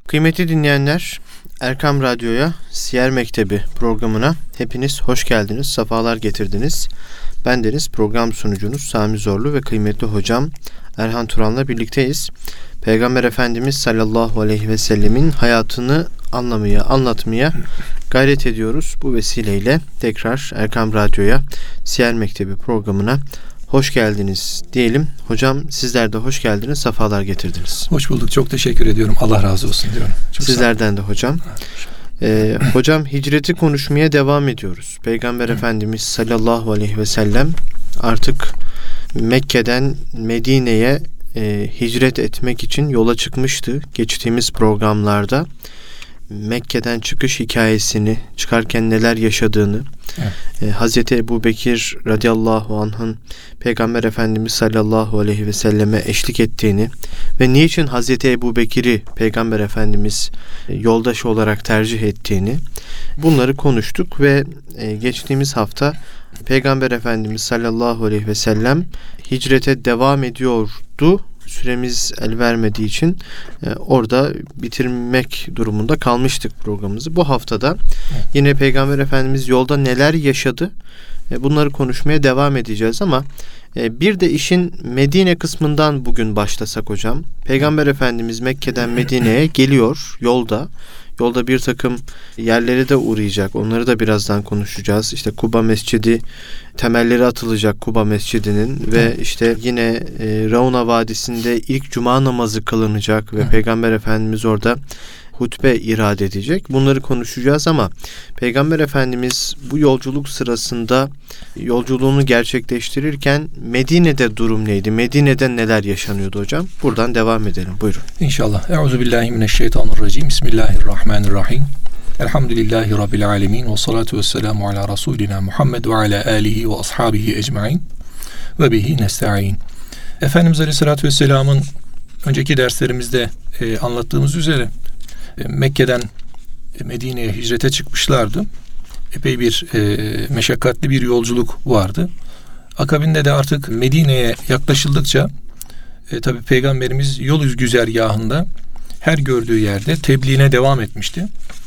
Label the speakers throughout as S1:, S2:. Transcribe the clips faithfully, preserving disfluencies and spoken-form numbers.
S1: Kıymetli dinleyenler, Erkam Radyo'ya, Siyer Mektebi programına hepiniz hoş geldiniz, sefalar getirdiniz. Bendeniz program sunucunuz Sami Zorlu ve kıymetli hocam Erhan Turan'la birlikteyiz. Peygamber Efendimiz sallallahu aleyhi ve sellemin hayatını anlamaya, anlatmaya gayret ediyoruz. Bu vesileyle tekrar Erkam Radyo'ya, Siyer Mektebi programına hoş geldiniz diyelim. Hocam sizler de hoş geldiniz, sefalar getirdiniz.
S2: Hoş bulduk, çok teşekkür ediyorum. Allah razı olsun diyorum. Çok
S1: Sizlerden de hocam. Ee, hocam hicreti konuşmaya devam ediyoruz. Peygamber Hı. Efendimiz sallallahu aleyhi ve sellem artık Mekke'den Medine'ye e, hicret etmek için yola çıkmıştı. Geçtiğimiz programlarda Mekke'den çıkış hikayesini, çıkarken neler yaşadığını, evet. e, Hazreti Ebubekir radıyallahu anh'ın Peygamber Efendimiz sallallahu aleyhi ve selleme eşlik ettiğini ve niçin Hazreti Ebubekir'i Peygamber Efendimiz e, yoldaş olarak tercih ettiğini, bunları konuştuk ve e, geçtiğimiz hafta Peygamber Efendimiz sallallahu aleyhi ve sellem hicrete devam ediyordu. Süremiz el vermediği için e, orada bitirmek durumunda kalmıştık programımızı. Bu haftada evet. yine Peygamber Efendimiz yolda neler yaşadı, e, bunları konuşmaya devam edeceğiz ama e, bir de işin Medine kısmından bugün başlasak hocam. Peygamber Efendimiz Mekke'den Medine'ye geliyor yolda. Yolda bir takım yerlere de uğrayacak. Onları da birazdan konuşacağız. İşte Kuba Mescidi, temelleri atılacak Kuba Mescidi'nin ve işte yine e, Rauna Vadisi'nde ilk cuma namazı kılınacak ve Hı. Peygamber Efendimiz orada hutbe irade edecek. Bunları konuşacağız ama Peygamber Efendimiz bu yolculuk sırasında yolculuğunu gerçekleştirirken Medine'de durum neydi? Medine'de neler yaşanıyordu hocam? Buradan devam edelim. Buyurun.
S2: İnşallah. Euzubillahimineşşeytanirracim. Bismillahirrahmanirrahim. Elhamdülillahi Rabbil alemin. Ve salatu ve selamu ala Resulina Muhammed ve ala alihi ve ashabihi ecmain. Ve bihi nesta'in. Efendimiz Aleyhisselatü Vesselam'ın önceki derslerimizde e, anlattığımız üzere Mekke'den Medine'ye hicrete çıkmışlardı. Epey bir e, meşakkatli bir yolculuk vardı. Akabinde de artık Medine'ye yaklaşıldıkça e, tabi Peygamberimiz yol güzergahında her gördüğü yerde tebliğine devam etmişti.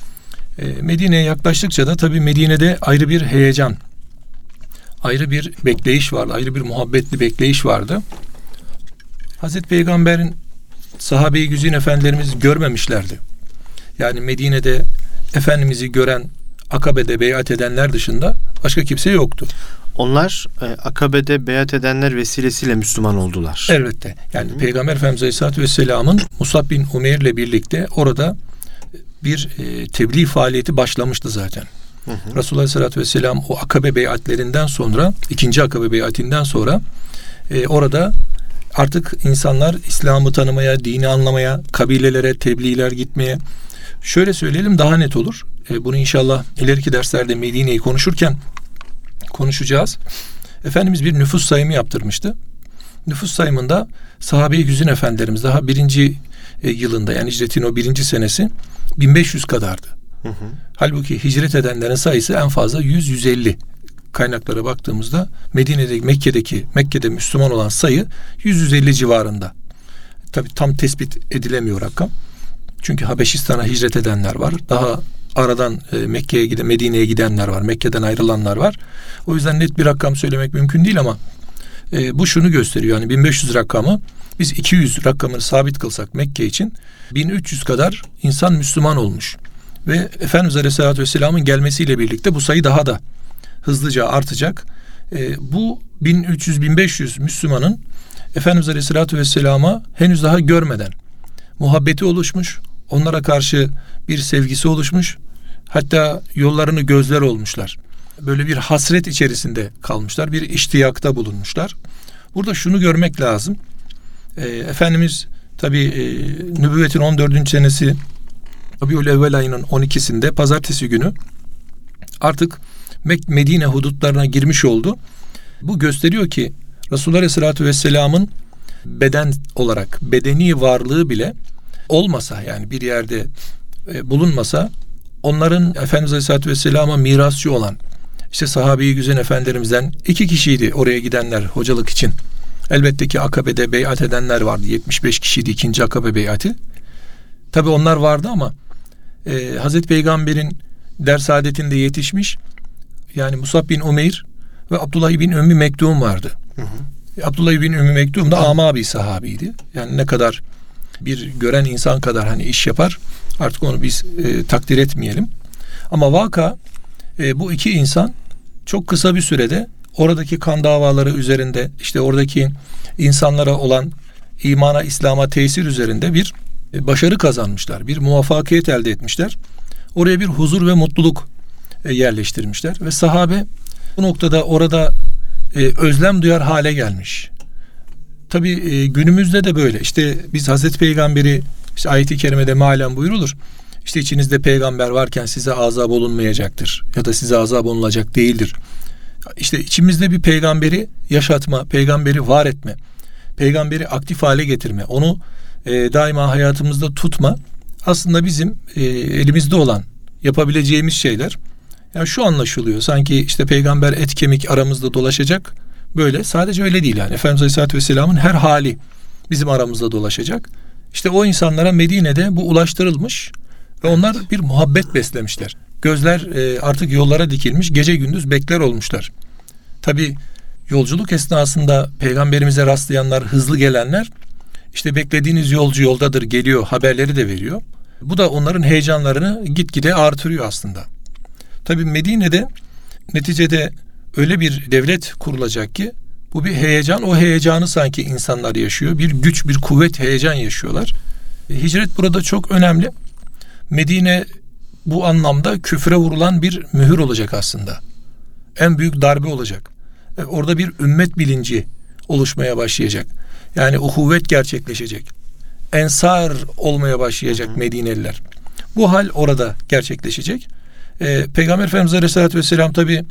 S2: E, Medine'ye yaklaştıkça da tabi Medine'de ayrı bir heyecan, ayrı bir bekleyiş vardı, ayrı bir muhabbetli bekleyiş vardı. Hazreti Peygamber'in sahabe-i güzin efendilerimiz görmemişlerdi. Yani Medine'de Efendimiz'i gören, Akabe'de beyat edenler dışında başka kimse yoktu.
S1: Onlar e, Akabe'de beyat edenler vesilesiyle Müslüman oldular.
S2: Elbette. Yani Hı. Peygamber Efendimiz Aleyhisselatü Vesselam'ın Musab bin Umeyr'le birlikte orada bir e, tebliğ faaliyeti başlamıştı zaten. Hı hı. Resulullah Aleyhisselatü Vesselam o Akabe beyatlerinden sonra, ikinci Akabe beyatinden sonra e, orada artık insanlar İslam'ı tanımaya, dini anlamaya, kabilelere, tebliğler gitmeye, şöyle söyleyelim daha net olur. E, bunu inşallah ileriki derslerde Medine'yi konuşurken konuşacağız. Efendimiz bir nüfus sayımı yaptırmıştı. Nüfus sayımında sahabe-i güzin efendilerimiz daha birinci e, yılında, yani hicretin o birinci senesi bin beş yüz kadardı. Hı hı. Halbuki hicret edenlerin sayısı en fazla yüz yüz elli. Kaynaklara baktığımızda Medine'deki, Mekke'deki, Mekke'de Müslüman olan sayı yüz yüz elli civarında. Tabii tam tespit edilemiyor rakam. Çünkü Habeşistan'a hicret edenler var. Daha aradan e, Mekke'ye giden, Medine'ye gidenler var. Mekke'den ayrılanlar var. O yüzden net bir rakam söylemek mümkün değil ama e, bu şunu gösteriyor. Yani bin beş yüz rakamı biz iki yüz rakamını sabit kılsak Mekke için bin üç yüz kadar insan Müslüman olmuş. Ve Efendimiz Aleyhisselatü Vesselam'ın gelmesiyle birlikte bu sayı daha da hızlıca artacak. E, bu bin üç yüz bin beş yüz Müslümanın Efendimiz Aleyhisselatü Vesselam'a henüz daha görmeden muhabbeti oluşmuş. Onlara karşı bir sevgisi oluşmuş. Hatta yollarını gözler olmuşlar. Böyle bir hasret içerisinde kalmışlar. Bir iştiyakta bulunmuşlar. Burada şunu görmek lazım. E, Efendimiz tabi e, nübüvvetin on dördüncü senesi Rabiül Evvel ayının on ikisinde pazartesi günü artık Medine hudutlarına girmiş oldu. Bu gösteriyor ki Resulullah Aleyhisselatü Vesselam'ın beden olarak bedeni varlığı bile olmasa, yani bir yerde e, bulunmasa, onların Efendimiz Aleyhisselatü Vesselam'a mirasçı olan işte sahabe-i güzin efendilerimizden iki kişiydi oraya gidenler hocalık için. Elbette ki Akabe'de beyat edenler vardı. yetmiş beş kişiydi ikinci Akabe beyatı. Tabi onlar vardı ama e, Hazreti Peygamber'in ders saadetinde yetişmiş, yani Musab bin Umeyr ve Abdullah bin Ümmü Mektum vardı. Hı hı. Abdullah bin Ümmü Mektum da ama bir sahabiydi. Yani ne kadar bir gören insan kadar hani iş yapar, artık onu biz e, takdir etmeyelim. Ama vaka e, bu iki insan çok kısa bir sürede oradaki kan davaları üzerinde, işte oradaki insanlara olan imana, İslam'a tesir üzerinde bir e, başarı kazanmışlar. Bir muvaffakiyet elde etmişler. Oraya bir huzur ve mutluluk e, yerleştirmişler ve sahabe bu noktada orada e, özlem duyar hale gelmiş. Tabii e, günümüzde de böyle. İşte biz Hazreti Peygamber'i, işte ayet-i kerimede mealen buyurulur. İşte içinizde peygamber varken size azap olunmayacaktır ya da size azap olunacak değildir. İşte içimizde bir peygamberi yaşatma, peygamberi var etme, peygamberi aktif hale getirme, onu e, daima hayatımızda tutma aslında bizim e, elimizde olan yapabileceğimiz şeyler. Yani şu anlaşılıyor, sanki işte peygamber et kemik aramızda dolaşacak. Böyle, sadece öyle değil yani. Efendimiz Aleyhisselatü Vesselam'ın her hali bizim aramızda dolaşacak. İşte o insanlara Medine'de bu ulaştırılmış ve onlar bir muhabbet beslemişler. Gözler e, artık yollara dikilmiş, gece gündüz bekler olmuşlar. Tabii yolculuk esnasında peygamberimize rastlayanlar, hızlı gelenler, işte beklediğiniz yolcu yoldadır, geliyor haberleri de veriyor. Bu da onların heyecanlarını gitgide artırıyor aslında. Tabii Medine'de neticede öyle bir devlet kurulacak ki bu bir heyecan, o heyecanı sanki insanlar yaşıyor. Bir güç, bir kuvvet, heyecan yaşıyorlar. Hicret burada çok önemli. Medine bu anlamda küfre vurulan bir mühür olacak aslında. En büyük darbe olacak. Orada bir ümmet bilinci oluşmaya başlayacak. Yani uhuvvet gerçekleşecek. Ensar olmaya başlayacak hı hı. Medineliler. Bu hal orada gerçekleşecek. Ee, Peygamber Efendimiz Aleyhisselatü Vesselam tabi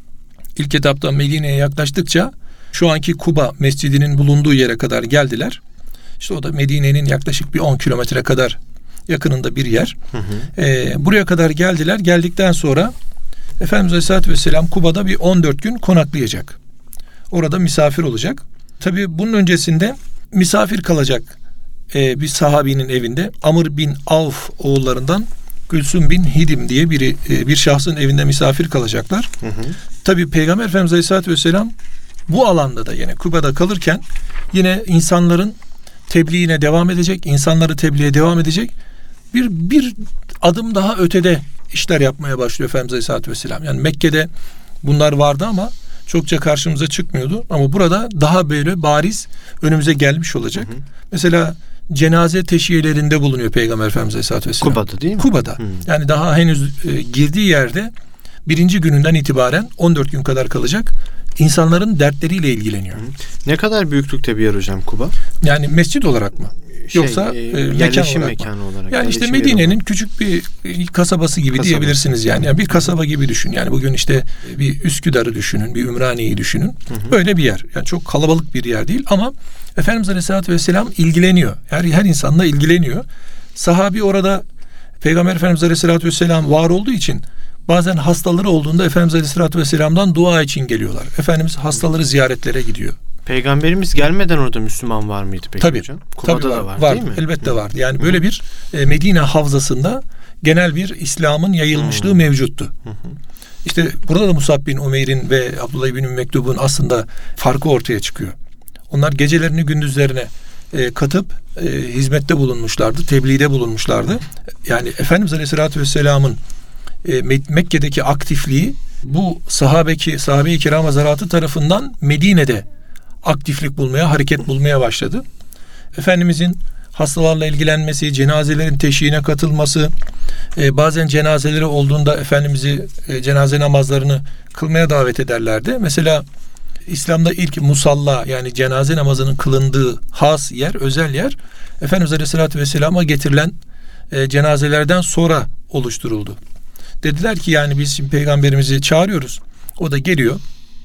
S2: ilk etapta Medine'ye yaklaştıkça şu anki Kuba Mescidi'nin bulunduğu yere kadar geldiler. İşte o da Medine'nin yaklaşık bir on kilometre kadar yakınında bir yer. Hı hı. Ee, buraya kadar geldiler. Geldikten sonra Efendimiz Aleyhisselatü Vesselam Kuba'da bir on dört gün konaklayacak. Orada misafir olacak. Tabii bunun öncesinde misafir kalacak e, bir sahabinin evinde. Amr bin Avf oğullarından Gülsüm bin Hidim diye biri e, bir şahsın evinde misafir kalacaklar. Hı hı. Tabii Peygamber Efendimiz Aleyhisselatü Vesselam bu alanda da yine Kuba'da kalırken yine insanların tebliğine devam edecek, insanları tebliğe devam edecek. Bir bir adım daha ötede işler yapmaya başlıyor Efendimiz Aleyhisselatü Vesselam. Yani Mekke'de bunlar vardı ama çokça karşımıza çıkmıyordu. Ama burada daha böyle bariz önümüze gelmiş olacak. Hı hı. Mesela cenaze teşhiyelerinde bulunuyor Peygamber Efendimiz Aleyhisselatü Vesselam.
S1: Kuba'da değil mi?
S2: Kuba'da. Hı. Yani daha henüz e, girdiği yerde birinci gününden itibaren on dört gün kadar kalacak. İnsanların dertleriyle ilgileniyor. Hı.
S1: Ne kadar büyüklükte bir yer hocam Kuba?
S2: Yani mescit olarak mı?
S1: Şey,
S2: Yoksa
S1: e,
S2: e,
S1: yerleşim
S2: mekan
S1: mekanı olarak.
S2: olarak. Yani işte Medine'nin küçük bir kasabası gibi kasaba diyebilirsiniz yani. yani. Bir kasaba gibi düşün. Yani bugün işte bir Üsküdar'ı düşünün, bir Ümraniye'yi düşünün. Hı hı. Böyle bir yer. Yani çok kalabalık bir yer değil ama Efendimiz Aleyhisselatü Vesselam ilgileniyor. Her, her insanla ilgileniyor. Sahabi orada Peygamber Efendimiz Aleyhisselatü Vesselam var olduğu için bazen hastaları olduğunda Efendimiz Aleyhisselatü Vesselam'dan dua için geliyorlar. Efendimiz hastaları ziyaretlere gidiyor.
S1: Peygamberimiz gelmeden orada Müslüman var mıydı peki
S2: tabii,
S1: hocam? Kuba'da
S2: tabii
S1: da var,
S2: var
S1: değil mi?
S2: Elbette vardı. Yani Hı. böyle bir e, Medine havzasında genel bir İslam'ın yayılmışlığı Hı. mevcuttu. Hı. İşte burada da Musab bin Umeyr'in ve Abdullah bin Ümmü Mektub'un aslında farkı ortaya çıkıyor. Onlar gecelerini gündüzlerine e, katıp e, hizmette bulunmuşlardı, tebliğde bulunmuşlardı. Yani Efendimiz Aleyhisselatü Vesselam'ın e, Mekke'deki aktifliği bu sahabeki, sahabe-i kiram hazaratı tarafından Medine'de aktiflik bulmaya, hareket bulmaya başladı. Efendimizin hastalarla ilgilenmesi, cenazelerin teşhiğine katılması, e, bazen cenazeleri olduğunda Efendimiz'i e, cenaze namazlarını kılmaya davet ederlerdi. Mesela İslam'da ilk musalla, yani cenaze namazının kılındığı has yer, özel yer Efendimiz Aleyhisselatü Vesselam'a getirilen e, cenazelerden sonra oluşturuldu. Dediler ki yani biz şimdi peygamberimizi çağırıyoruz. O da geliyor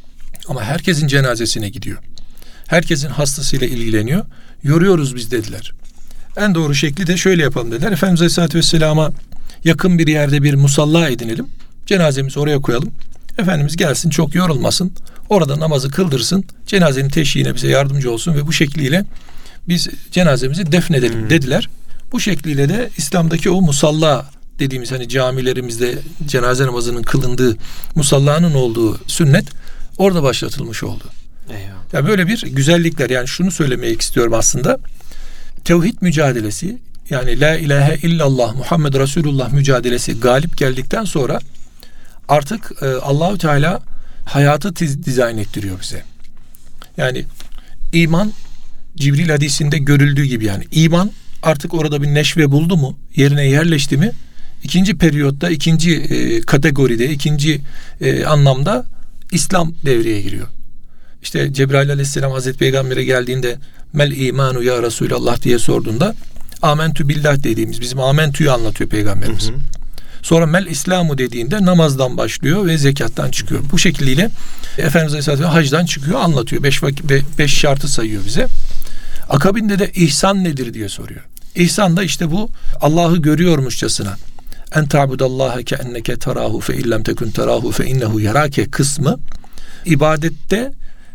S2: ama herkesin cenazesine gidiyor. Herkesin hastasıyla ilgileniyor. Yoruyoruz biz dediler. En doğru şekli de şöyle yapalım dediler. Efendimiz Aleyhisselatü Vesselam'a yakın bir yerde bir musalla edinelim. Cenazemizi oraya koyalım. Efendimiz gelsin, çok yorulmasın. Orada namazı kıldırsın. Cenazenin teşhiğine bize yardımcı olsun ve bu şekliyle biz cenazemizi defnedelim hmm. dediler. Bu şekliyle de İslam'daki o musalla dediğimiz hani camilerimizde cenaze namazının kılındığı musallanın olduğu sünnet orada başlatılmış oldu.
S1: Eyvallah.
S2: Yani böyle bir güzellikler, yani şunu söylemek istiyorum aslında. Tevhid mücadelesi, yani la ilahe illallah Muhammed Resulullah mücadelesi galip geldikten sonra artık e, Allahu Teala hayatı tiz, dizayn ettiriyor bize. Yani iman Cibril hadisinde görüldüğü gibi, yani iman artık orada bir neşve buldu mu, yerine yerleşti mi, ikinci periyotta, ikinci e, kategoride, ikinci e, anlamda İslam devreye giriyor. İşte Cebrail aleyhisselam Hazreti Peygamber'e geldiğinde mel imanu ya Resulallah diye sorduğunda amentü billah dediğimiz bizim amentüyü anlatıyor Peygamberimiz. Hı hı. Sonra mel İslamu dediğinde namazdan başlıyor ve zekattan çıkıyor. Bu şekliyle Efendimiz Aleyhisselatü Vesselam hacdan çıkıyor, anlatıyor. Beş, beş şartı sayıyor bize. Akabinde de ihsan nedir diye soruyor. İhsan da işte bu Allah'ı görüyormuşçasına en ta'budallaha ke enneke terahu fe illem tekun terahu fe innehu yarake kısmı ibadette,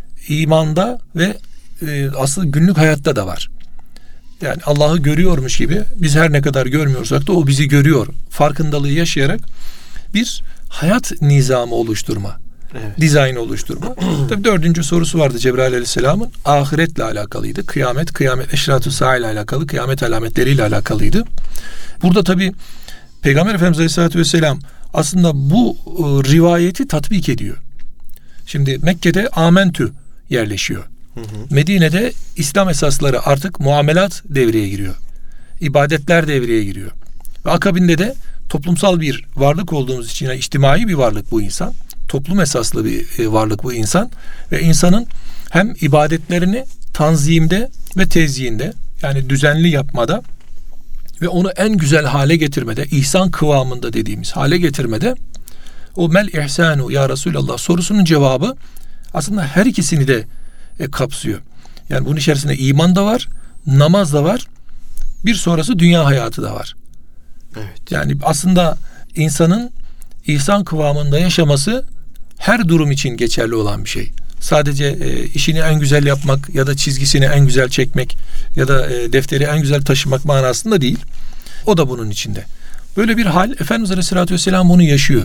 S2: imanda ve e, asıl günlük hayatta da var. Yani Allah'ı görüyormuş gibi, biz her ne kadar görmüyorsak da o bizi görüyor farkındalığı yaşayarak bir hayat nizamı oluşturma, evet. dizayn oluşturma. Tabii dördüncü sorusu vardı Cebrail Aleyhisselam'ın, ahiretle alakalıydı. Kıyamet, kıyamet eşrat-ı sa'a ile alakalı, kıyamet alametleriyle alakalıydı. Burada tabii Peygamber Efendimiz Aleyhisselatü Vesselam aslında bu e, rivayeti tatbik ediyor. Şimdi Mekke'de amentü yerleşiyor. Hı hı. Medine'de İslam esasları, artık muamelat devreye giriyor. İbadetler devreye giriyor. Ve akabinde de toplumsal bir varlık olduğumuz için, yani içtimai bir varlık bu insan. Toplum esaslı bir varlık bu insan. Ve insanın hem ibadetlerini tanzimde ve tezyinde, yani düzenli yapmada ve onu en güzel hale getirmede, ihsan kıvamında dediğimiz hale getirmede, o mel ihsanu ya Resulallah sorusunun cevabı aslında her ikisini de e, kapsıyor. Yani bunun içerisinde iman da var, namaz da var, bir sonrası dünya hayatı da var.
S1: Evet.
S2: Yani aslında insanın ihsan kıvamında yaşaması her durum için geçerli olan bir şey. Sadece e, işini en güzel yapmak ya da çizgisini en güzel çekmek ya da e, defteri en güzel taşımak manasında değil. O da bunun içinde. Böyle bir hal, Efendimiz Aleyhisselatü Vesselam bunu yaşıyor.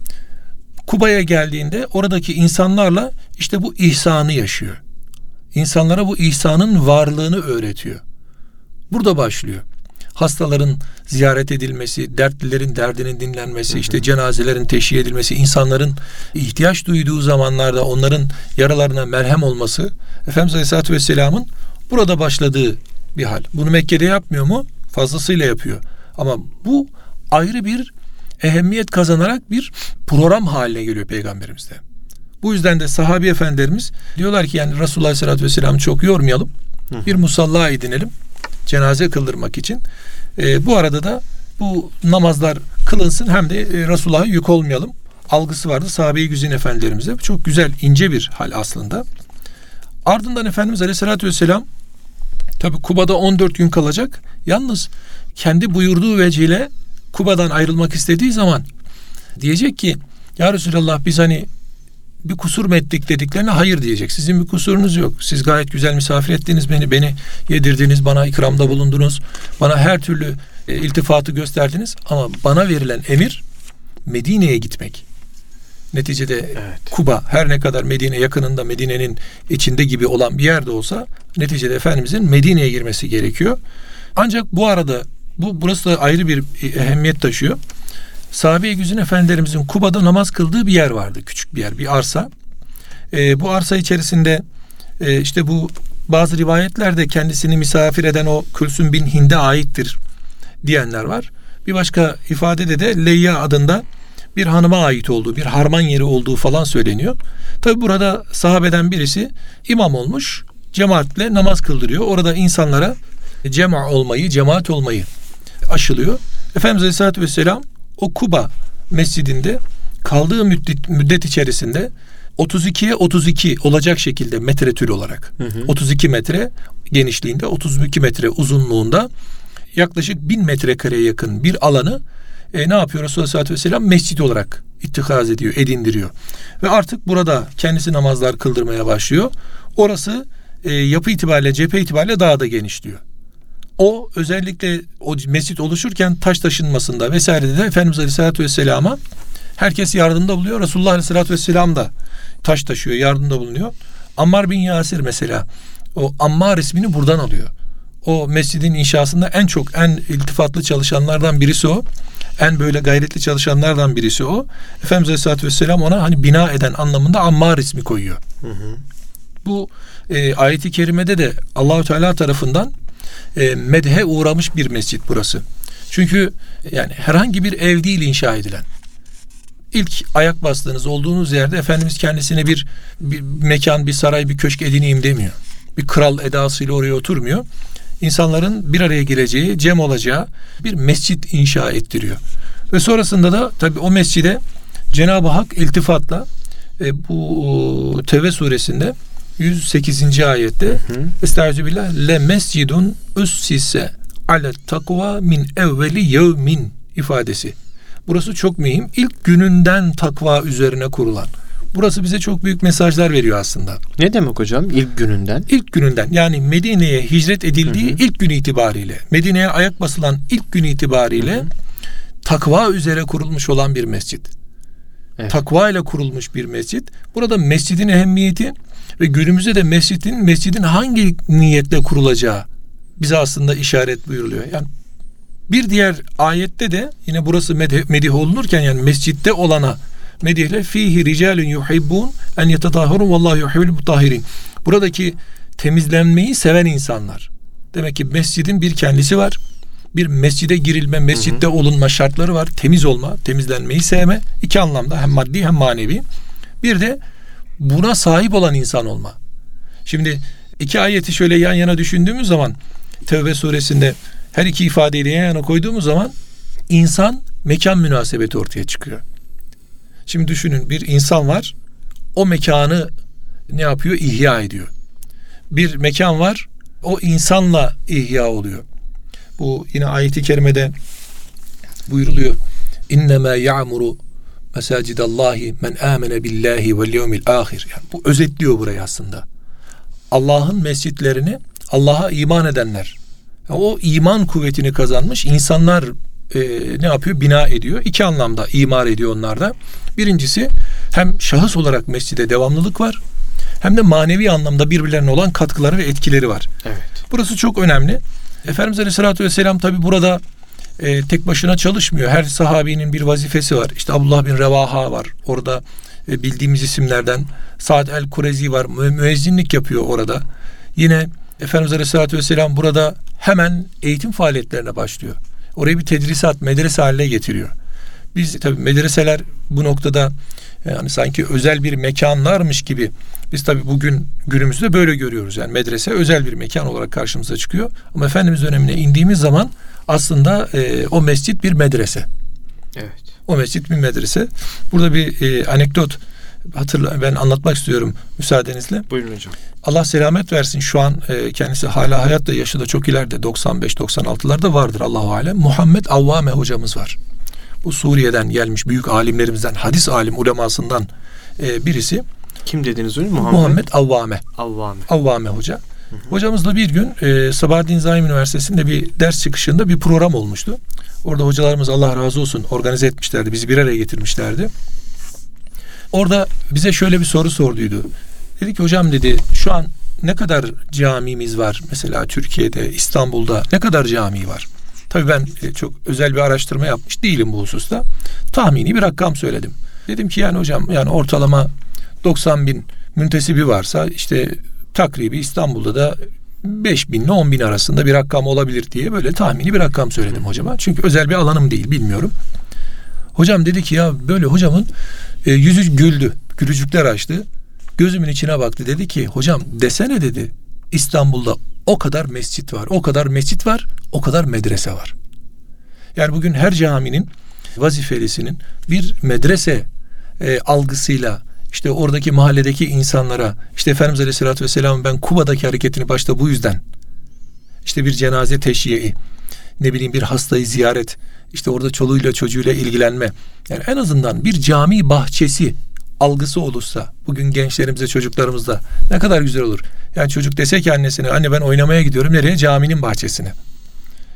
S2: Kuba'ya geldiğinde oradaki insanlarla işte bu ihsanı yaşıyor. İnsanlara bu ihsanın varlığını öğretiyor. Burada başlıyor. Hastaların ziyaret edilmesi, dertlilerin derdinin dinlenmesi, hı hı. işte cenazelerin teşhir edilmesi, insanların ihtiyaç duyduğu zamanlarda onların yaralarına merhem olması, Efendimiz Aleyhisselatü Vesselam'ın burada başladığı bir hal. Bunu Mekke'de yapmıyor mu? Fazlasıyla yapıyor. Ama bu ayrı bir ehemmiyet kazanarak bir program haline geliyor Peygamberimizde. Bu yüzden de sahabi efendilerimiz diyorlar ki, yani Resulullah Aleyhisselatü Vesselam'ı çok yormayalım. Hı hı. Bir musalla edinelim cenaze kıldırmak için. E, bu arada da bu namazlar kılınsın, hem de e, Resulullah'a yük olmayalım algısı vardı sahabe-i güzin efendilerimizde. Çok güzel, ince bir hal aslında. Ardından Efendimiz Aleyhisselatü Vesselam tabi Kuba'da on dört gün kalacak. Yalnız kendi buyurduğu vecihle Kuba'dan ayrılmak istediği zaman diyecek ki, ya Resulallah biz hani bir kusur mu ettik dediklerine hayır diyecek. Sizin bir kusurunuz yok. Siz gayet güzel misafir ettiniz beni. Beni yedirdiniz, bana ikramda bulundunuz. Bana her türlü e, iltifatı gösterdiniz. Ama bana verilen emir Medine'ye gitmek. Neticede evet. Kuba her ne kadar Medine yakınında, Medine'nin içinde gibi olan bir yerde olsa, neticede Efendimizin Medine'ye girmesi gerekiyor. Ancak bu arada bu burası da ayrı bir ehemmiyet taşıyor. Sahabe-i Güzin efendilerimizin Kuba'da namaz kıldığı bir yer vardı. Küçük bir yer, bir arsa. E, bu arsa içerisinde e, işte bu bazı rivayetlerde kendisini misafir eden o Külsüm bin Hind'e aittir diyenler var. Bir başka ifadede de Leyya adında bir hanıma ait olduğu, bir harman yeri olduğu falan söyleniyor. Tabi burada sahabeden birisi imam olmuş, cemaatle namaz kıldırıyor. Orada insanlara cema olmayı, cemaat olmayı aşılıyor. Efendimiz Aleyhisselatü Vesselam o Kuba mescidinde kaldığı müddet, müddet içerisinde otuz ikiye otuz iki olacak şekilde metretül olarak, hı hı. otuz iki metre genişliğinde, otuz iki metre uzunluğunda yaklaşık bin metrekareye yakın bir alanı e, ne yapıyor Resulullah Aleyhisselatü Vesselam? Mescid olarak ittikaz ediyor, edindiriyor. Ve artık burada kendisi namazlar kıldırmaya başlıyor. Orası e, yapı itibariyle, cephe itibariyle daha da genişliyor. O özellikle o mescit oluşurken taş taşınmasında vesairede de Efendimiz Aleyhisselatü Vesselam'a herkes yardımda buluyor. Resulullah Aleyhisselatü Vesselam da taş taşıyor, yardımda bulunuyor. Ammar bin Yasir mesela o Ammar ismini buradan alıyor. O mescidin inşasında en çok en iltifatlı çalışanlardan birisi o. En böyle gayretli çalışanlardan birisi o. Efendimiz Aleyhisselatü Vesselam ona hani bina eden anlamında Ammar ismi koyuyor. Hı hı. Bu e, ayet-i kerimede de Allahu Teala tarafından e, medhe uğramış bir mescit burası. Çünkü yani herhangi bir ev değil inşa edilen. İlk ayak bastığınız olduğunuz yerde Efendimiz kendisine bir, bir mekan, bir saray, bir köşk edineyim demiyor. Bir kral edasıyla oraya oturmuyor. İnsanların bir araya geleceği, cem olacağı bir mescit inşa ettiriyor. Ve sonrasında da tabii o mescide Cenab-ı Hak iltifatla e, bu Tevbe suresinde yüz sekizinci ayette Estağfirullah le mescidun ussise ale takva min evveli yevmin ifadesi. Burası çok mühim. İlk gününden takva üzerine kurulan. Burası bize çok büyük mesajlar veriyor aslında.
S1: Ne demek hocam ilk gününden?
S2: İlk gününden yani Medine'ye hicret edildiği hı hı. ilk gün itibariyle, Medine'ye ayak basılan ilk gün itibariyle hı hı. takva üzere kurulmuş olan bir mescit. Evet. Takva ile kurulmuş bir mescit. Burada mescidin ehemmiyeti ve günümüzde de mescidin mescidin hangi niyetle kurulacağı bize aslında işaret buyuruluyor. Yani bir diğer ayette de yine burası medih, medih olunurken yani mescitte olana medihle fihi ricalun yuhibbun en yetatahharun vallahu yuhibbul mutahhirin. Buradaki temizlenmeyi seven insanlar. Demek ki mescidin bir kendisi var. Bir mescide girilme, mescitte hı hı. olunma şartları var. Temiz olma, temizlenmeyi sevme. İki anlamda hem maddi hem manevi. Bir de buna sahip olan insan olma. Şimdi iki ayeti şöyle yan yana düşündüğümüz zaman Tevbe suresinde her iki ifadeyi yan yana koyduğumuz zaman insan mekan münasebeti ortaya çıkıyor. Şimdi düşünün bir insan var. O mekanı ne yapıyor? İhya ediyor. Bir mekan var. O insanla ihya oluyor. Bu yine ayet-i kerimede buyuruluyor. İnnemâ ya'muru mesacidallahi men amene billahi vel yevmil ahir. Yani bu özetliyor burayı aslında. Allah'ın mescitlerini Allah'a iman edenler. Yani o iman kuvvetini kazanmış insanlar e, ne yapıyor? Bina ediyor. İki anlamda imar ediyor onlar da. Birincisi hem şahıs olarak mescide devamlılık var hem de manevi anlamda birbirlerine olan katkıları ve etkileri var. Evet. Burası çok önemli. Efendimiz Aleyhisselatü Vesselam tabi burada e, tek başına çalışmıyor. Her sahabinin bir vazifesi var. İşte Abdullah bin Revaha var. Orada e, bildiğimiz isimlerden Sa'd el-Kurezi var. Mü- müezzinlik yapıyor orada. Yine Efendimiz Aleyhisselatü Vesselam burada hemen eğitim faaliyetlerine başlıyor. Orayı bir tedrisat, medrese haline getiriyor. Biz tabi medreseler bu noktada yani sanki özel bir mekanlarmış gibi biz tabi bugün günümüzde böyle görüyoruz. Yani medrese özel bir mekan olarak karşımıza çıkıyor. Ama Efendimiz dönemine indiğimiz zaman aslında e, o mescit bir medrese. Evet. O mescit bir medrese. Burada bir e, anekdot hatırla ben anlatmak istiyorum müsaadenizle.
S1: Buyurun hocam.
S2: Allah selamet versin. Şu an e, kendisi hala hayatta, yaşı da çok ileride, doksan beş doksan altılarda vardır Allahu alem. Muhammed Avvame hocamız var. Bu Suriye'den gelmiş büyük alimlerimizden, hadis alim ulemasından e, birisi.
S1: Kim dediniz öyle? Muhammed,
S2: Muhammed Avvame.
S1: Avvame.
S2: Avvame hoca. Hı hı. Hocamızla bir gün e, Sabahattin Zaim Üniversitesi'nde bir ders çıkışında bir program olmuştu. Orada hocalarımız Allah razı olsun organize etmişlerdi. Bizi bir araya getirmişlerdi. Orada bize şöyle bir soru sorduydu. Dedi ki hocam dedi şu an ne kadar camimiz var? Mesela Türkiye'de, İstanbul'da ne kadar cami var? Tabii ben çok özel bir araştırma yapmış değilim bu hususta. Tahmini bir rakam söyledim. Dedim ki yani hocam yani ortalama doksan bin müntesibi varsa işte takribi İstanbul'da da beş bin ile on bin arasında bir rakam olabilir diye böyle tahmini bir rakam söyledim hocama. Çünkü özel bir alanım değil, bilmiyorum. Hocam dedi ki ya böyle hocamın e, yüzü güldü. Gülücükler açtı. Gözümün içine baktı. Dedi ki hocam desene dedi İstanbul'da o kadar mescit var. O kadar mescit var. O kadar medrese var. Yani bugün her caminin vazifelisinin bir medrese e, algısıyla işte oradaki mahalledeki insanlara işte Efendimiz Aleyhisselatü Vesselam'ın ben Kuba'daki hareketini başta bu yüzden işte bir cenaze teşyiği, ne bileyim bir hastayı ziyaret, işte orada çoluğuyla çocuğuyla ilgilenme. Yani en azından bir cami bahçesi algısı olursa bugün gençlerimize, çocuklarımızda ne kadar güzel olur. Yani çocuk dese ki annesine anne ben oynamaya gidiyorum nereye? Caminin bahçesine.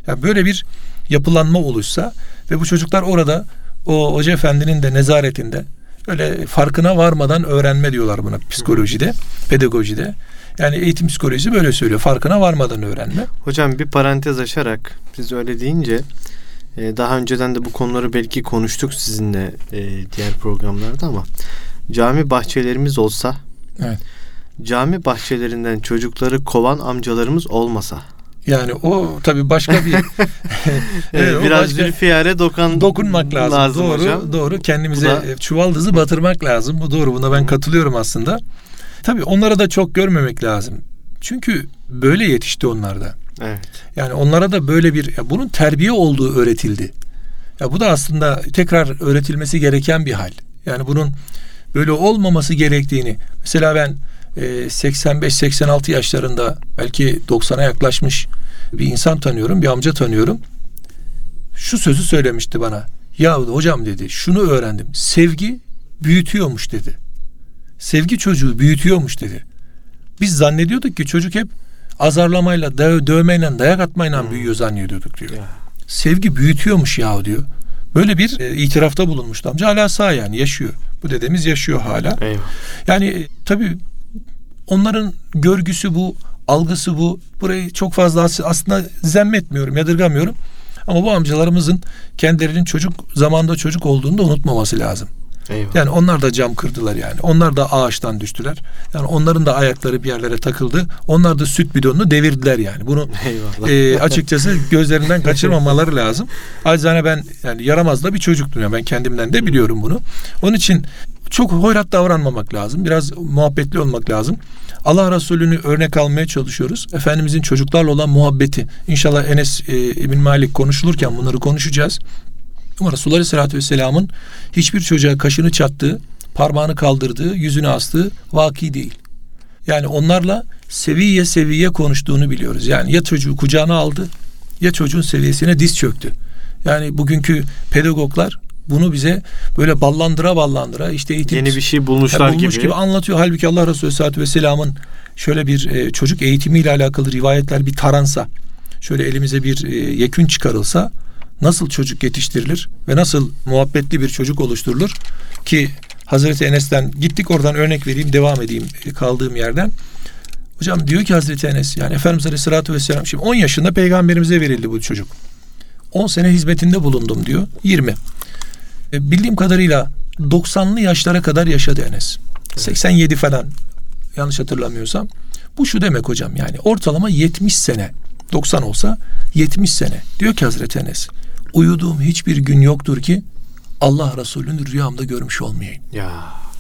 S2: Yani böyle bir yapılanma oluşsa ve bu çocuklar orada o hoca efendinin de nezaretinde öyle farkına varmadan öğrenme diyorlar buna psikolojide, pedagojide. Yani eğitim psikolojisi böyle söylüyor. Farkına varmadan öğrenme.
S1: Hocam bir parantez açarak siz öyle deyince daha önceden de bu konuları belki konuştuk sizinle diğer programlarda ama cami bahçelerimiz olsa,
S2: evet,
S1: cami bahçelerinden çocukları kovan amcalarımız olmasa.
S2: Yani o tabii başka bir
S1: evet, biraz başka, Zülfiyar'e dokan,
S2: dokunmak lazım. lazım doğru,
S1: hocam.
S2: Doğru. Kendimize
S1: da...
S2: çuvaldızı batırmak lazım. Bu doğru. Buna ben katılıyorum aslında. Tabii onlara da çok görmemek lazım. Çünkü böyle yetişti onlar da.
S1: Evet.
S2: Yani onlara da böyle bir ya bunun terbiye olduğu öğretildi. Ya bu da aslında tekrar öğretilmesi gereken bir hal. Yani bunun böyle olmaması gerektiğini. Mesela ben seksen beş seksen altı yaşlarında belki doksana yaklaşmış bir insan tanıyorum, bir amca tanıyorum. Şu sözü söylemişti bana. Ya hocam dedi, şunu öğrendim. Sevgi büyütüyormuş dedi. Sevgi çocuğu büyütüyormuş dedi. Biz zannediyorduk ki çocuk hep azarlamayla, dö- dövmeyle, dayak atmayla hmm. büyüyor zannediyorduk diyor. Ya. Sevgi büyütüyormuş ya diyor. Böyle bir e, itirafta bulunmuştu amca. Hala sağ yani yaşıyor. Bu dedemiz yaşıyor hala.
S1: Eyvallah.
S2: Yani e, tabii onların görgüsü bu, algısı bu. Burayı çok fazla aslında zemmetmiyorum, yadırgamıyorum. Ama bu amcalarımızın kendilerinin çocuk zamanında çocuk olduğunu da unutmaması lazım.
S1: Eyvallah.
S2: Yani onlar da cam kırdılar yani. Onlar da ağaçtan düştüler. Yani onların da ayakları bir yerlere takıldı. Onlar da süt bidonunu devirdiler yani. Bunu e, açıkçası gözlerinden kaçırmamaları lazım. Acizane ben yani yaramaz da bir çocuktum. Yani ben kendimden de biliyorum bunu. Onun için çok hoyrat davranmamak lazım. Biraz muhabbetli olmak lazım. Allah Resulü'nü örnek almaya çalışıyoruz. Efendimizin çocuklarla olan muhabbeti. İnşallah Enes e, İbn Malik konuşulurken bunları konuşacağız. Ama Resulullah Aleyhisselatü Vesselam'ın hiçbir çocuğa kaşını çattığı, parmağını kaldırdığı, yüzünü astığı vaki değil. Yani onlarla seviye seviye konuştuğunu biliyoruz. Yani ya çocuğu kucağına aldı ya çocuğun seviyesine diz çöktü. Yani bugünkü pedagoglar bunu bize böyle ballandıra ballandıra işte eğitim
S1: yeni bir şey bulmuşlar
S2: bulmuş gibi. gibi anlatıyor. Halbuki Allah Resulü Aleyhisselatü Vesselam'ın şöyle bir e, çocuk eğitimiyle alakalı rivayetler bir taransa, şöyle elimize bir e, yekün çıkarılsa nasıl çocuk yetiştirilir ve nasıl muhabbetli bir çocuk oluşturulur ki Hazreti Enes'ten gittik, oradan örnek vereyim, devam edeyim kaldığım yerden. Hocam diyor ki Hazreti Enes, yani Efendimiz Aleyhisselatü Vesselam şimdi on yaşında peygamberimize verildi bu çocuk. on sene hizmetinde bulundum diyor. yirmi. E, bildiğim kadarıyla doksanlı yaşlara kadar yaşadı Enes. Evet. seksen yedi falan yanlış hatırlamıyorsam. Bu şu demek hocam, yani ortalama yetmiş sene. doksan olsa yetmiş sene. Diyor ki Hazreti Enes, uyuduğum hiçbir gün yoktur ki Allah Resulü'nü rüyamda görmüş olmayayım.
S1: Ya.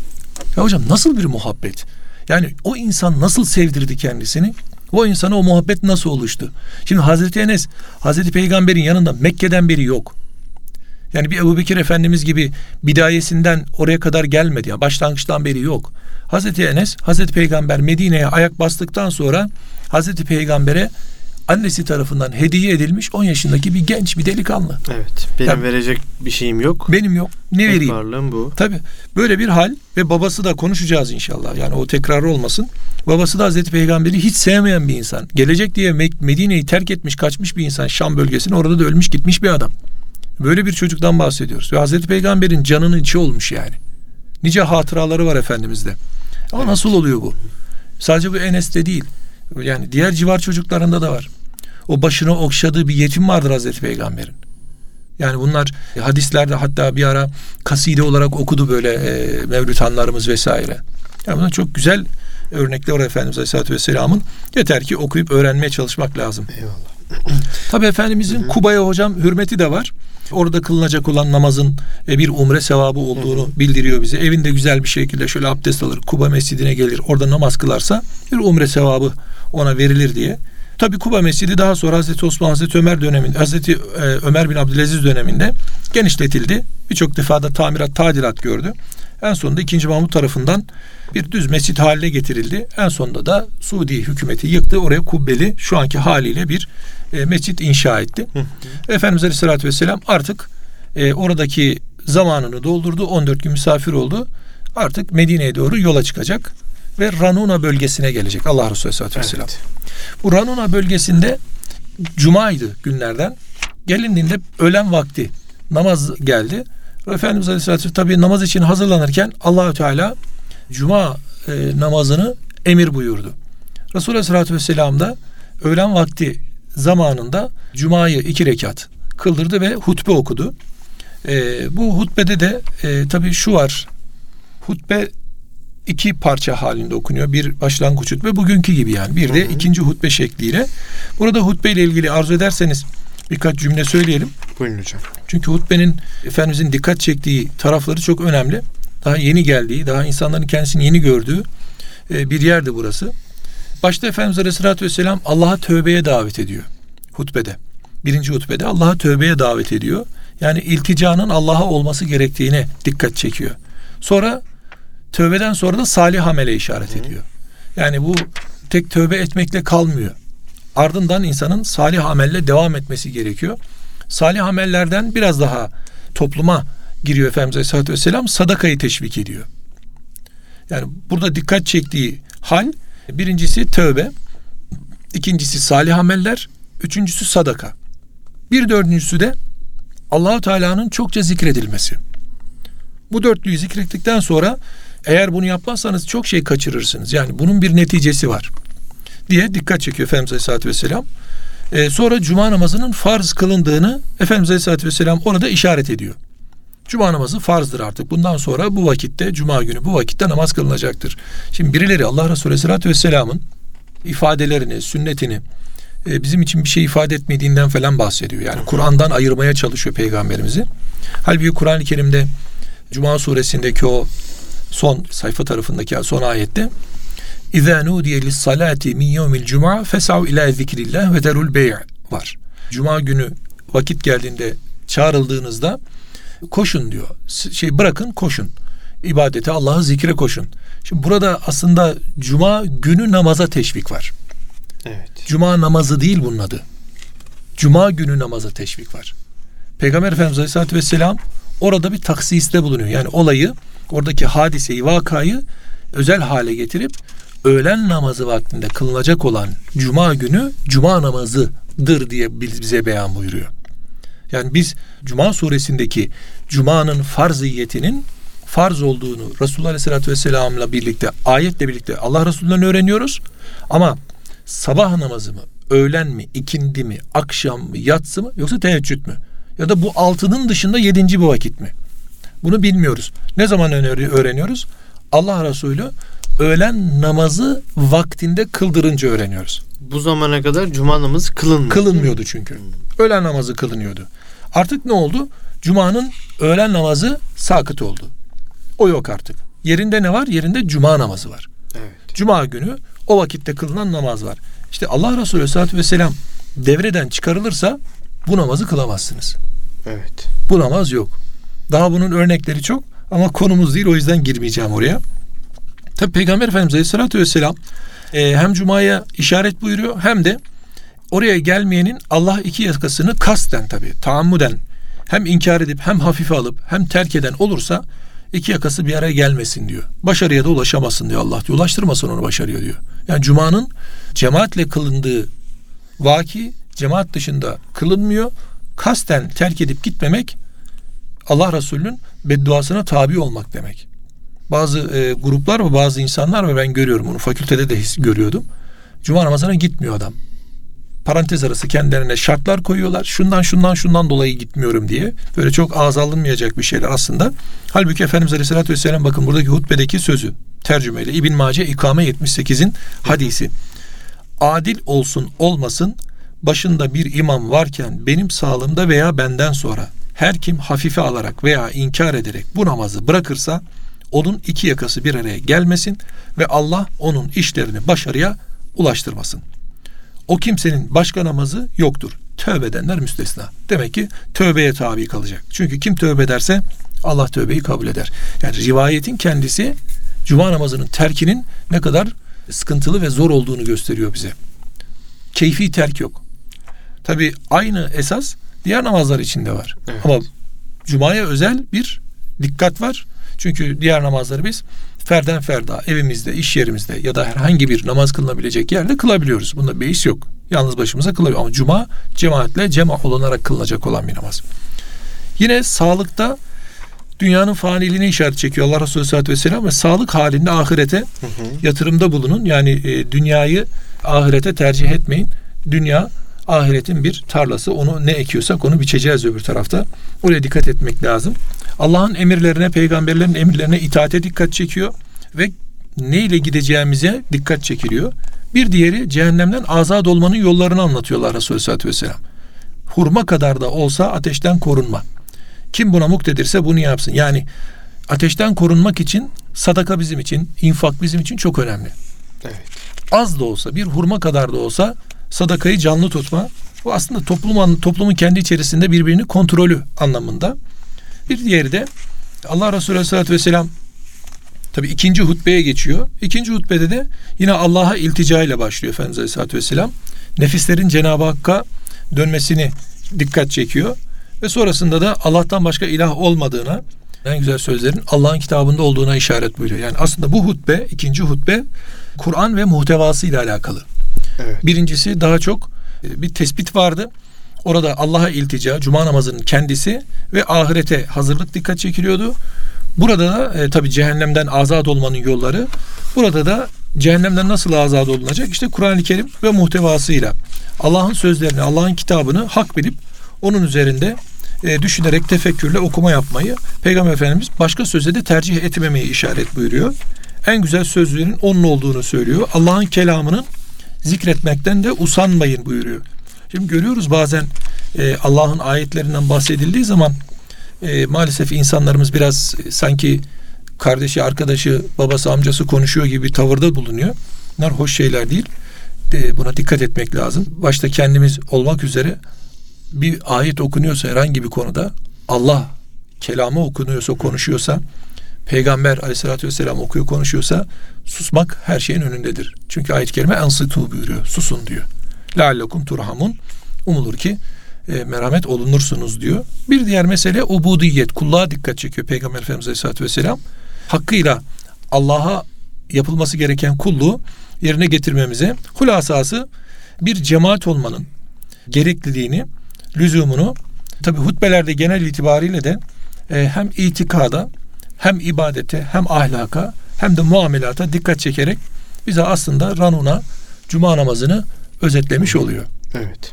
S2: Ya hocam nasıl bir muhabbet? Yani o insan nasıl sevdirdi kendisini? O insana o muhabbet nasıl oluştu? Şimdi Hazreti Enes, Hazreti Peygamber'in yanında Mekke'den beri yok. Yani bir Ebubekir Efendimiz gibi bidayesinden oraya kadar gelmedi. Yani başlangıçtan beri yok. Hazreti Enes, Hazreti Peygamber Medine'ye ayak bastıktan sonra Hazreti Peygamber'e annesi tarafından hediye edilmiş on yaşındaki bir genç, bir delikanlı.
S1: Evet. Benim yani, verecek bir şeyim yok.
S2: Benim yok. Ne
S1: Tek
S2: vereyim?
S1: Varlığım bu.
S2: Tabii. Böyle bir hal ve babası da konuşacağız inşallah. Yani o tekrar olmasın. Babası da Hazreti Peygamber'i hiç sevmeyen bir insan. Gelecek diye Medine'yi terk etmiş, kaçmış bir insan. Şam bölgesine, orada da ölmüş gitmiş bir adam. Böyle bir çocuktan bahsediyoruz. Ve Hazreti Peygamber'in canının içi olmuş yani. Nice hatıraları var Efendimiz'de. Ama evet. Nasıl oluyor bu? Sadece bu Enes'te değil. Yani diğer civar çocuklarında da var. O başına okşadığı bir yetim vardır Hazreti Peygamber'in. Yani bunlar hadislerde hatta bir ara kaside olarak okudu böyle e, Mevlüt hanlarımız vesaire. Yani bunlar çok güzel örnekler var Efendimiz Aleyhisselatü Vesselam'ın. Yeter ki okuyup öğrenmeye çalışmak lazım.
S1: Eyvallah.
S2: Tabii Efendimizin Kuba'ya hocam hürmeti de var. Orada kılınacak olan namazın bir umre sevabı olduğunu hı hı. bildiriyor bize. Evinde güzel bir şekilde şöyle abdest alır, Kuba Mescidi'ne gelir, orada namaz kılarsa bir umre sevabı ona verilir diye. Tabii Kuba Mescidi daha sonra Hazreti Osman, Hazreti Ömer döneminde, Hazreti Ömer bin Abdülaziz döneminde genişletildi. Birçok defada tamirat, tadilat gördü. En sonunda ikinci Mahmut tarafından bir düz mescit haline getirildi. En sonunda da Suudi hükümeti yıktı. Oraya kubbeli şu anki haliyle bir e, mescit inşa etti. Hı hı. Efendimiz Aleyhisselatü Vesselam artık e, oradaki zamanını doldurdu. on dört gün misafir oldu. Artık Medine'ye doğru yola çıkacak ve Ranuna bölgesine gelecek Allah Resulü Aleyhisselatü Vesselam. Evet. Bu Ranuna bölgesinde Cuma'ydı günlerden. Gelindiğinde öğlen vakti namaz geldi. Efendimiz Aleyhisselatü Vesselam tabii namaz için hazırlanırken Allahü Teala Cuma e, namazını emir buyurdu. Resulullah Aleyhisselatü Vesselam da öğlen vakti zamanında Cuma'yı iki rekat kıldırdı ve hutbe okudu. E, bu hutbede de e, tabii şu var. Hutbe iki parça halinde okunuyor. Bir başlangıç hutbe bugünkü gibi yani. Bir de hı hı. ikinci hutbe şekliyle. Burada hutbe ile ilgili arzu ederseniz birkaç cümle söyleyelim.
S1: Buyurun hocam.
S2: Çünkü hutbenin Efendimizin dikkat çektiği tarafları çok önemli. Daha yeni geldiği, daha insanların kendisini yeni gördüğü bir yerdi burası. Başta Efendimiz Aleyhisselatü Vesselam Allah'a tövbeye davet ediyor. Hutbede. Birinci hutbede Allah'a tövbeye davet ediyor. Yani ilticanın Allah'a olması gerektiğine dikkat çekiyor. Sonra tövbeden sonra da salih amele işaret ediyor. Yani bu tek tövbe etmekle kalmıyor. Ardından insanın salih amelle devam etmesi gerekiyor. Salih amellerden biraz daha topluma giriyor Efendimiz Aleyhisselatü Vesselam, sadakayı teşvik ediyor. Yani burada dikkat çektiği hal, birincisi tövbe, ikincisi salih ameller, üçüncüsü sadaka. Bir dördüncüsü de Allah-u Teala'nın çokça zikredilmesi. Bu dörtlüyü zikrettikten sonra eğer bunu yapmazsanız çok şey kaçırırsınız. Yani bunun bir neticesi var diye dikkat çekiyor Efendimiz Aleyhisselatü Vesselam. Ee, sonra Cuma namazının farz kılındığını Efendimiz Aleyhisselatü Vesselam orada işaret ediyor. Cuma namazı farzdır artık. Bundan sonra bu vakitte, Cuma günü bu vakitte namaz kılınacaktır. Şimdi birileri Allah Resulü Aleyhisselatü Vesselam'ın ifadelerini, sünnetini e, bizim için bir şey ifade etmediğinden falan bahsediyor. Yani Kur'an'dan ayırmaya çalışıyor Peygamberimizi. Halbuki Kur'an-ı Kerim'de Cuma suresindeki o son sayfa tarafındaki son ayette İzâ nûdiye lissalâti min yevmil cum'a fes'av ilâ zikrillah ve derul bey' var. Cuma günü vakit geldiğinde çağrıldığınızda koşun diyor. Şey bırakın koşun. İbadete, Allah'ı zikre koşun. Şimdi burada aslında Cuma günü namaza teşvik var.
S1: Evet.
S2: Cuma namazı değil bunun adı. Cuma günü namaza teşvik var. Peygamber Efendimiz Aleyhisselatü Vesselam orada bir taksiste bulunuyor. Yani olayı, oradaki hadiseyi, vakayı özel hale getirip öğlen namazı vaktinde kılınacak olan Cuma günü Cuma namazıdır diye bize beyan buyuruyor. Yani biz Cuma suresindeki Cuma'nın farziyetinin farz olduğunu Resulullah Aleyhisselatü Vesselam'la birlikte, ayetle birlikte Allah Resulü'nden öğreniyoruz. Ama sabah namazı mı, öğlen mi, ikindi mi, akşam mı, yatsı mı, yoksa teheccüd mü? Ya da bu altının dışında yedinci bir vakit mi? Bunu bilmiyoruz. Ne zaman öğreniyoruz? Allah Resulü öğlen namazı vaktinde kıldırınca öğreniyoruz.
S1: Bu zamana kadar Cuma namazı kılınmıyordu.
S2: Kılınmıyordu çünkü. Hmm. Öğlen namazı kılınıyordu. Artık ne oldu? Cuma'nın öğlen namazı sakıt oldu. O yok artık. Yerinde ne var? Yerinde Cuma namazı var.
S1: Evet.
S2: Cuma günü o vakitte kılınan namaz var. İşte Allah Resulü Aleyhisselatü Vesselam devreden çıkarılırsa bu namazı kılamazsınız.
S1: Evet.
S2: Bu namaz yok. Daha bunun örnekleri çok ama konumuz değil, o yüzden girmeyeceğim oraya. Tabi Peygamber Efendimiz Aleyhisselatü Vesselam e, hem Cuma'ya işaret buyuruyor hem de oraya gelmeyenin Allah iki yakasını kasten tabi taammuden hem inkar edip hem hafife alıp hem terk eden olursa iki yakası bir araya gelmesin diyor. Başarıya da ulaşamasın diyor Allah diyor. Ulaştırmasın onu başarıya diyor. Yani Cuma'nın cemaatle kılındığı vaki cemaat dışında kılınmıyor. Kasten terk edip gitmemek Allah Resulü'nün bedduasına tabi olmak demek. Bazı e, gruplar ve bazı insanlar ve ben görüyorum bunu, fakültede de his, görüyordum. Cuma namazına gitmiyor adam. Parantez arası kendilerine şartlar koyuyorlar. Şundan şundan şundan dolayı gitmiyorum diye. Böyle çok ağız alınmayacak bir şeyler aslında. Halbuki Efendimiz Aleyhisselatü Vesselam bakın buradaki hutbedeki sözü tercümeyle İbn Mace İkame yetmiş sekizin hadisi. Adil olsun olmasın başında bir imam varken benim sağlığımda veya benden sonra her kim hafife alarak veya inkar ederek bu namazı bırakırsa onun iki yakası bir araya gelmesin ve Allah onun işlerini başarıya ulaştırmasın. O kimsenin başka namazı yoktur. Tövbe edenler müstesna. Demek ki tövbeye tabi kalacak. Çünkü kim tövbe ederse Allah tövbeyi kabul eder. Yani rivayetin kendisi Cuma namazının terkinin ne kadar sıkıntılı ve zor olduğunu gösteriyor bize. Keyfi terk yok. Tabi aynı esas diğer namazlar içinde var. Evet. Ama Cuma'ya özel bir dikkat var. Çünkü diğer namazları biz ferden ferda evimizde, iş yerimizde ya da herhangi bir namaz kılınabilecek yerde kılabiliyoruz. Bunda beis yok. yalnız başımıza kılıyor. Ama cuma cemaatle cema olunarak kılınacak olan bir namaz. Yine sağlıkta dünyanın faniliğine işaret çekiyor Allah Resulü Aleyhisselatü Vesselam ve sağlık halinde ahirete hı hı. yatırımda bulunun. Yani e, dünyayı ahirete tercih etmeyin. Dünya ahiretin bir tarlası. Onu ne ekiyorsak onu biçeceğiz öbür tarafta. Oraya dikkat etmek lazım. Allah'ın emirlerine, peygamberlerin emirlerine itaate dikkat çekiyor ve neyle gideceğimize dikkat çekiliyor. Bir diğeri cehennemden azat olmanın yollarını anlatıyorlar Resulü Aleyhisselatü Vesselam. Hurma kadar da olsa ateşten korunma. Kim buna muktedirse bunu yapsın. Yani ateşten korunmak için sadaka bizim için, infak bizim için çok önemli.
S1: Evet.
S2: Az da olsa, bir hurma kadar da olsa sadakayı canlı tutma. Bu aslında toplum, toplumun kendi içerisinde birbirini kontrolü anlamında. Bir diğeri de Allah Resulü Aleyhisselatü Vesselam tabi ikinci hutbeye geçiyor. İkinci hutbede de yine Allah'a iltica ile başlıyor Efendimiz Aleyhisselatü Vesselam. Nefislerin Cenab-ı Hakk'a dönmesini dikkat çekiyor. Ve sonrasında da Allah'tan başka ilah olmadığına, en güzel sözlerin Allah'ın kitabında olduğuna işaret buyuruyor. Yani aslında bu hutbe, ikinci hutbe Kur'an ve muhtevası ile alakalı.
S1: Evet.
S2: Birincisi daha çok bir tespit vardı. Orada Allah'a iltica, cuma namazının kendisi ve ahirete hazırlık dikkat çekiliyordu. Burada da e, tabii cehennemden azat olmanın yolları. Burada da cehennemden nasıl azat olunacak? İşte Kur'an-ı Kerim ve muhtevasıyla Allah'ın sözlerini, Allah'ın kitabını hak bilip onun üzerinde e, düşünerek tefekkürle okuma yapmayı Peygamber Efendimiz başka söze de tercih etmemeyi işaret buyuruyor. En güzel sözlerin onun olduğunu söylüyor. Allah'ın kelamının zikretmekten de usanmayın buyuruyor. Şimdi görüyoruz bazen e, Allah'ın ayetlerinden bahsedildiği zaman e, maalesef insanlarımız biraz e, sanki kardeşi, arkadaşı, babası, amcası konuşuyor gibi bir tavırda bulunuyor. Bunlar hoş şeyler değil. E, buna dikkat etmek lazım. Başta kendimiz olmak üzere bir ayet okunuyorsa herhangi bir konuda, Allah kelamı okunuyorsa, konuşuyorsa, Peygamber Aleyhisselatü Vesselam okuyor, konuşuyorsa susmak her şeyin önündedir. Çünkü ayet-i kerime ensitu buyuruyor. Susun diyor. Leallekum turhamun. Umulur ki e, merhamet olunursunuz diyor. Bir diğer mesele ubudiyet. Kulluğa dikkat çekiyor Peygamber Efendimiz Aleyhisselatü Vesselam. Hakkıyla Allah'a yapılması gereken kulluğu yerine getirmemize, hulasası bir cemaat olmanın gerekliliğini, lüzumunu tabi hutbelerde genel itibariyle de e, hem itikada, hem ibadete, hem ahlaka, hem de muamelata dikkat çekerek bize aslında ranuna, cuma namazını özetlemiş oluyor.
S1: Evet.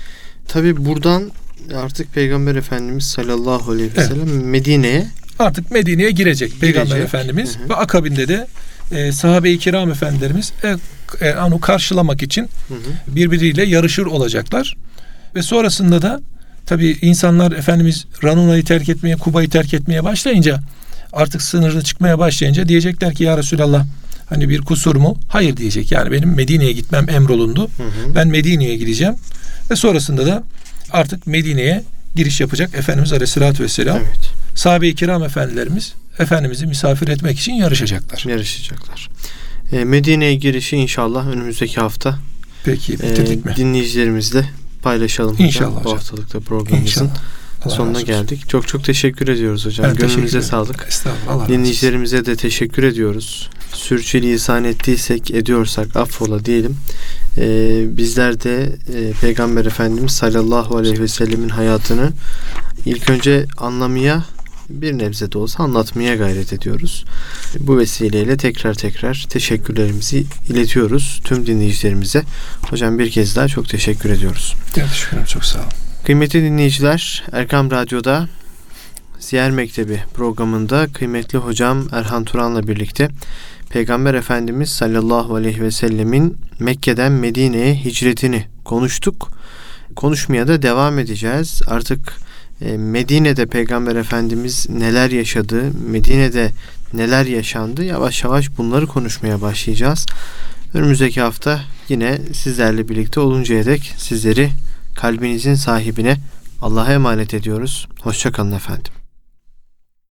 S1: Tabi buradan artık Peygamber Efendimiz sallallahu aleyhi ve sellem evet. Medine'ye artık
S2: Medine'ye girecek, girecek. Peygamber Efendimiz hı hı. ve akabinde de e, sahabe-i kiram efendilerimiz e, e, onu karşılamak için hı hı. birbiriyle yarışır olacaklar. Ve sonrasında da tabii insanlar Efendimiz Ranuna'yı terk etmeye, Kuba'yı terk etmeye başlayınca, artık sınırda çıkmaya başlayınca diyecekler ki ya Resulallah hani bir kusur mu? Hayır diyecek. Yani benim Medine'ye gitmem emrolundu. Hı hı. Ben Medine'ye gideceğim. Ve sonrasında da artık Medine'ye giriş yapacak Efendimiz Aleyhisselatü Vesselam.
S1: Evet.
S2: Sahabe-i kiram efendilerimiz Efendimiz'i misafir etmek için yarışacaklar.
S1: Yarışacaklar. E, Medine'ye girişi inşallah önümüzdeki hafta.
S2: Peki bitirdik e, mi?
S1: Dinleyicilerimizle paylaşalım
S2: İnşallah
S1: hocam.
S2: hocam.
S1: Bu haftalıkta programımızın sonuna geldik. Çok çok teşekkür ediyoruz hocam.
S2: Ben
S1: Gönlünüze sağlık.
S2: Estağfurullah.
S1: Dinleyicilerimize de teşekkür ediyoruz. Sürçülisan ettiysek, ediyorsak affola diyelim. Ee, bizler de e, Peygamber Efendimiz sallallahu aleyhi ve sellemin hayatını ilk önce anlamaya, bir nebze de olsa anlatmaya gayret ediyoruz. Bu vesileyle tekrar tekrar teşekkürlerimizi iletiyoruz tüm dinleyicilerimize. Hocam bir kez daha çok teşekkür ediyoruz.
S2: Teşekkür ederim. Çok sağ olun.
S1: Kıymetli dinleyiciler, Erkam Radyo'da Siyer Mektebi programında kıymetli hocam Erhan Turan'la birlikte Peygamber Efendimiz sallallahu aleyhi ve sellemin Mekke'den Medine'ye hicretini konuştuk. Konuşmaya da devam edeceğiz. Artık Medine'de Peygamber Efendimiz neler yaşadı, Medine'de neler yaşandı, yavaş yavaş bunları konuşmaya başlayacağız. Önümüzdeki hafta yine sizlerle birlikte oluncaya dek sizleri kalbinizin sahibine Allah'a emanet ediyoruz. Hoşça kalın efendim.